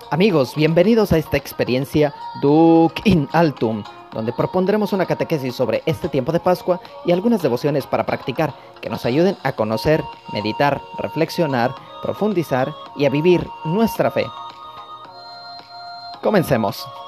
Amigos, bienvenidos a esta experiencia Duc in Altum, donde propondremos una catequesis sobre este tiempo de Pascua y algunas devociones para practicar que nos ayuden a conocer, meditar, reflexionar, profundizar y a vivir nuestra fe. Comencemos.